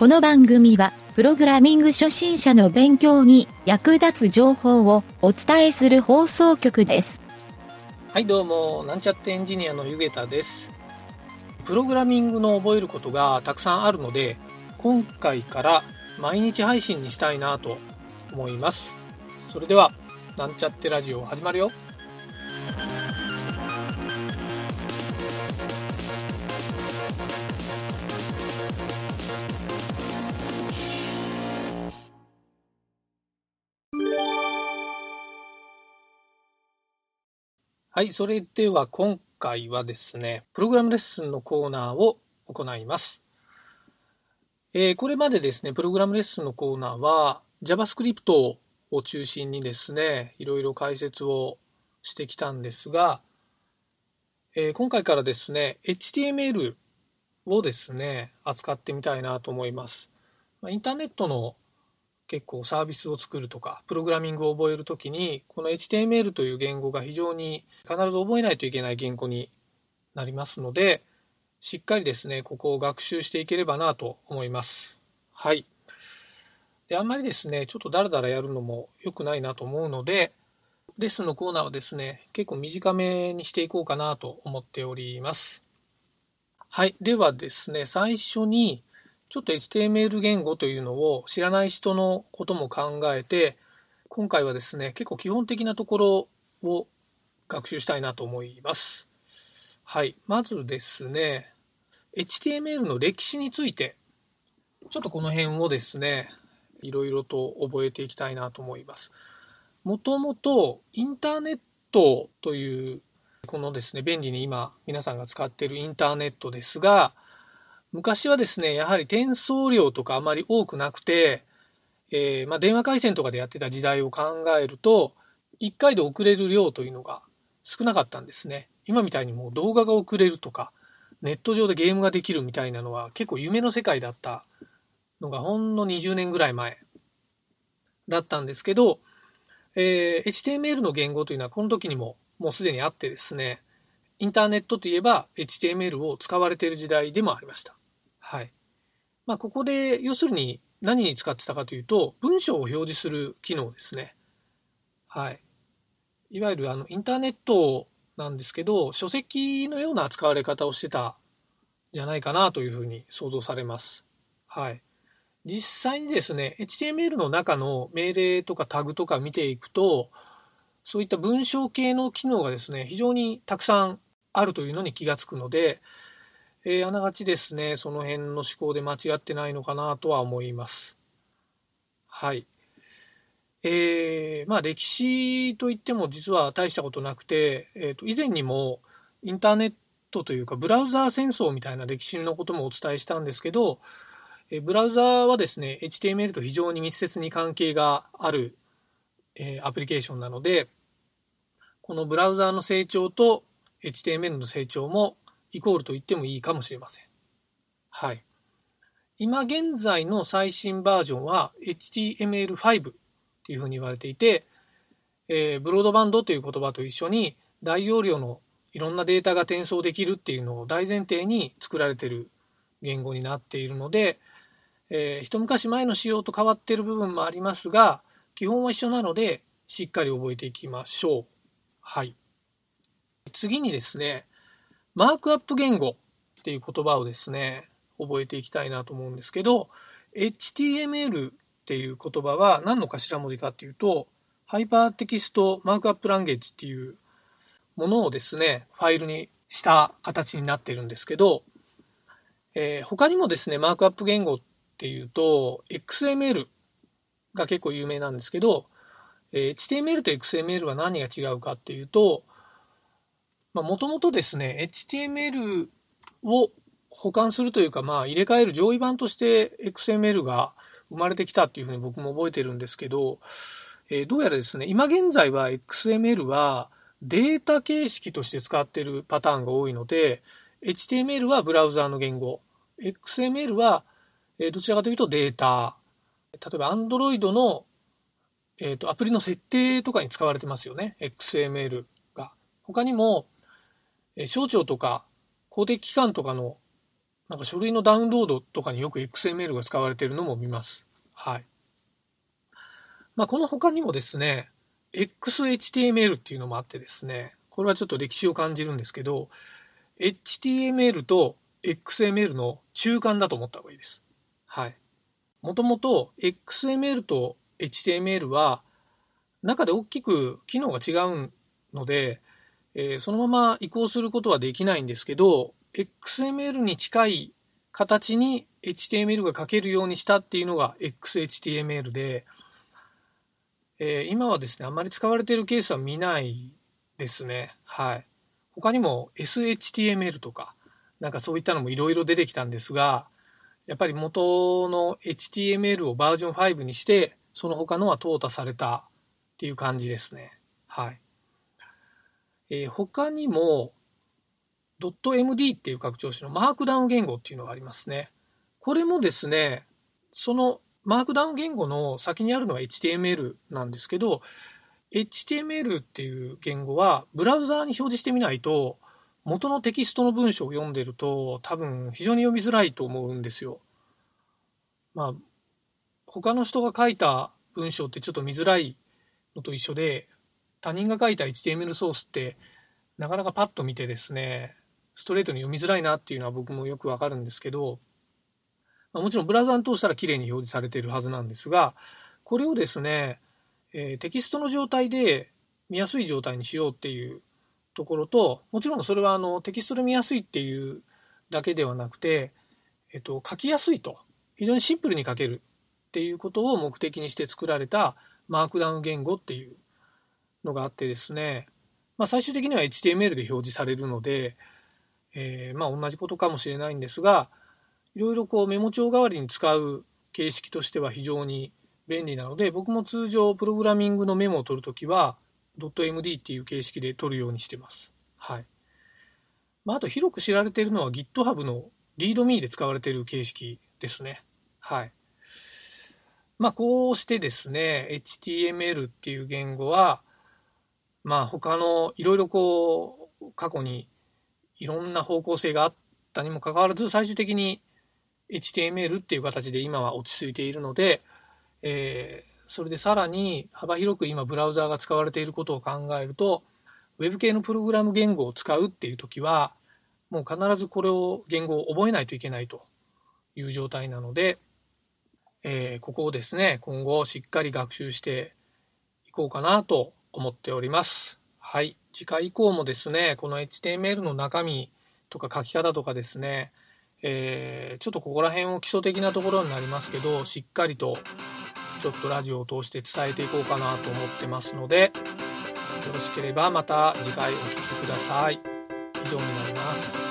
この番組は、プログラミング初心者の勉強に役立つ情報をお伝えする放送局です。 はい、どうも、なんちゃってエンジニアのゆげたです。プログラミングの覚えることがたくさんあるので、今回から毎日配信にしたいなと思います。それでは、なんちゃってラジオ始まるよ。はい、それでは今回はですね、プログラムレッスンのコーナーを行います。これまでですね、プログラムレッスンのコーナーは JavaScript を中心にですね、いろいろ解説をしてきたんですが、今回からですね、HTML をですね、扱ってみたいなと思います。インターネットの結構サービスを作るとか、プログラミングを覚えるときに、この HTML という言語が非常に必ず覚えないといけない言語になりますので、しっかりですね、ここを学習していければなと思います。はい。で、あんまりですね、ちょっとダラダラやるのも良くないなと思うので、レッスンのコーナーはですね、結構短めにしていこうかなと思っております。はい。ではですね、最初に、ちょっと HTML 言語というのを知らない人のことも考えて、今回はですね、結構基本的なところを学習したいなと思います。はい。まずですね、HTML の歴史について、ちょっとこの辺をですね、いろいろと覚えていきたいなと思います。もともとインターネットというこのですね、便利に今皆さんが使っているインターネットですが、昔はですね、やはり転送量とかあまり多くなくて、電話回線とかでやってた時代を考えると、1回で送れる量というのが少なかったんですね。今みたいにもう動画が送れるとか、ネット上でゲームができるみたいなのは結構夢の世界だったのがほんの20年ぐらい前だったんですけど、HTML の言語というのはこの時にももうすでにあってですね、インターネットといえば HTML を使われている時代でもありました。はい。ここで要するに何に使ってたかというと、文章を表示する機能ですね。はい。いわゆるインターネットなんですけど、書籍のような扱われ方をしてたんじゃないかなというふうに想像されます。はい。実際にですね、HTML の中の命令とかタグとか見ていくと、そういった文章系の機能がですね、非常にたくさんあるというのに気がつくので、あながちですね、その辺の思考で間違ってないのかなとは思います。はい。歴史といっても実は大したことなくて、以前にもインターネットというかブラウザー戦争みたいな歴史のこともお伝えしたんですけど、ブラウザーはですね、HTML と非常に密接に関係がある、アプリケーションなので、このブラウザーの成長と HTML の成長もイコールと言ってもいいかもしれません。はい。今現在の最新バージョンは HTML5 っていうふうに言われていて、ブロードバンドという言葉と一緒に大容量のいろんなデータが転送できるっていうのを大前提に作られている言語になっているので、一昔前の仕様と変わっている部分もありますが、基本は一緒なのでしっかり覚えていきましょう。はい。次にですね、マークアップ言語っていう言葉をですね、覚えていきたいなと思うんですけど、HTML っていう言葉は何の頭文字かっていうと、ハイパーテキストマークアップランゲージっていうものをですね、ファイルにした形になっているんですけど、他にもですね、マークアップ言語っていうと、XML が結構有名なんですけど、HTML と XML は何が違うかっていうと、もともとですね、HTML を保管するというか、入れ替える上位版として XML が生まれてきたっていうふうに僕も覚えてるんですけど、どうやらですね、今現在は XML はデータ形式として使っているパターンが多いので、HTML はブラウザーの言語、XML はどちらかというとデータ、例えば Android のアプリの設定とかに使われてますよね、XML が。他にも、省庁とか公的機関とかのなんか書類のダウンロードとかによく XML が使われているのも見ます。はい。この他にもですね、XHTML っていうのもあってですね、これはちょっと歴史を感じるんですけど、HTML と XML の中間だと思った方がいいです。はい。もともと XML と HTML は中で大きく機能が違うので、そのまま移行することはできないんですけど、XML に近い形に HTML が書けるようにしたっていうのが XHTML で、今はですね、あまり使われているケースは見ないですね。はい。他にも SHTML とか、なんかそういったのもいろいろ出てきたんですが、やっぱり元の HTML をバージョン5にして、その他のは淘汰されたっていう感じですね。はい。他にも .md っていう拡張子のマークダウン言語っていうのがありますね。これもですね、そのマークダウン言語の先にあるのは HTML なんですけど、HTML っていう言語はブラウザーに表示してみないと、元のテキストの文章を読んでると多分非常に読みづらいと思うんですよ。他の人が書いた文章ってちょっと見づらいのと一緒で、他人が書いた HTML ソースってなかなかパッと見てですね、ストレートに読みづらいなっていうのは僕もよくわかるんですけど、もちろんブラウザに通したら綺麗に表示されているはずなんですが、これをですね、テキストの状態で見やすい状態にしようっていうところと、もちろんそれはテキストで見やすいっていうだけではなくて、書きやすいと、非常にシンプルに書けるっていうことを目的にして作られたマークダウン言語っていうのがあってですね、最終的には HTML で表示されるので、同じことかもしれないんですが、いろいろこうメモ帳代わりに使う形式としては非常に便利なので、僕も通常プログラミングのメモを取るときは .md っていう形式で取るようにしてます。はい。あと広く知られているのは GitHub の README で使われている形式ですね。はい。こうしてですね、HTML っていう言語は、他のいろいろこう過去にいろんな方向性があったにもかかわらず、最終的に HTML っていう形で今は落ち着いているので、それでさらに幅広く今ブラウザーが使われていることを考えると、Web 系のプログラム言語を使うっていう時は、もう必ずこれを言語を覚えないといけないという状態なので、ここをですね、今後しっかり学習していこうかなと思っております。はい。次回以降もですね、この HTML の中身とか書き方とかですね、ちょっとここら辺を基礎的なところになりますけど、しっかりとちょっとラジオを通して伝えていこうかなと思ってますので、よろしければまた次回お聞きください。以上になります。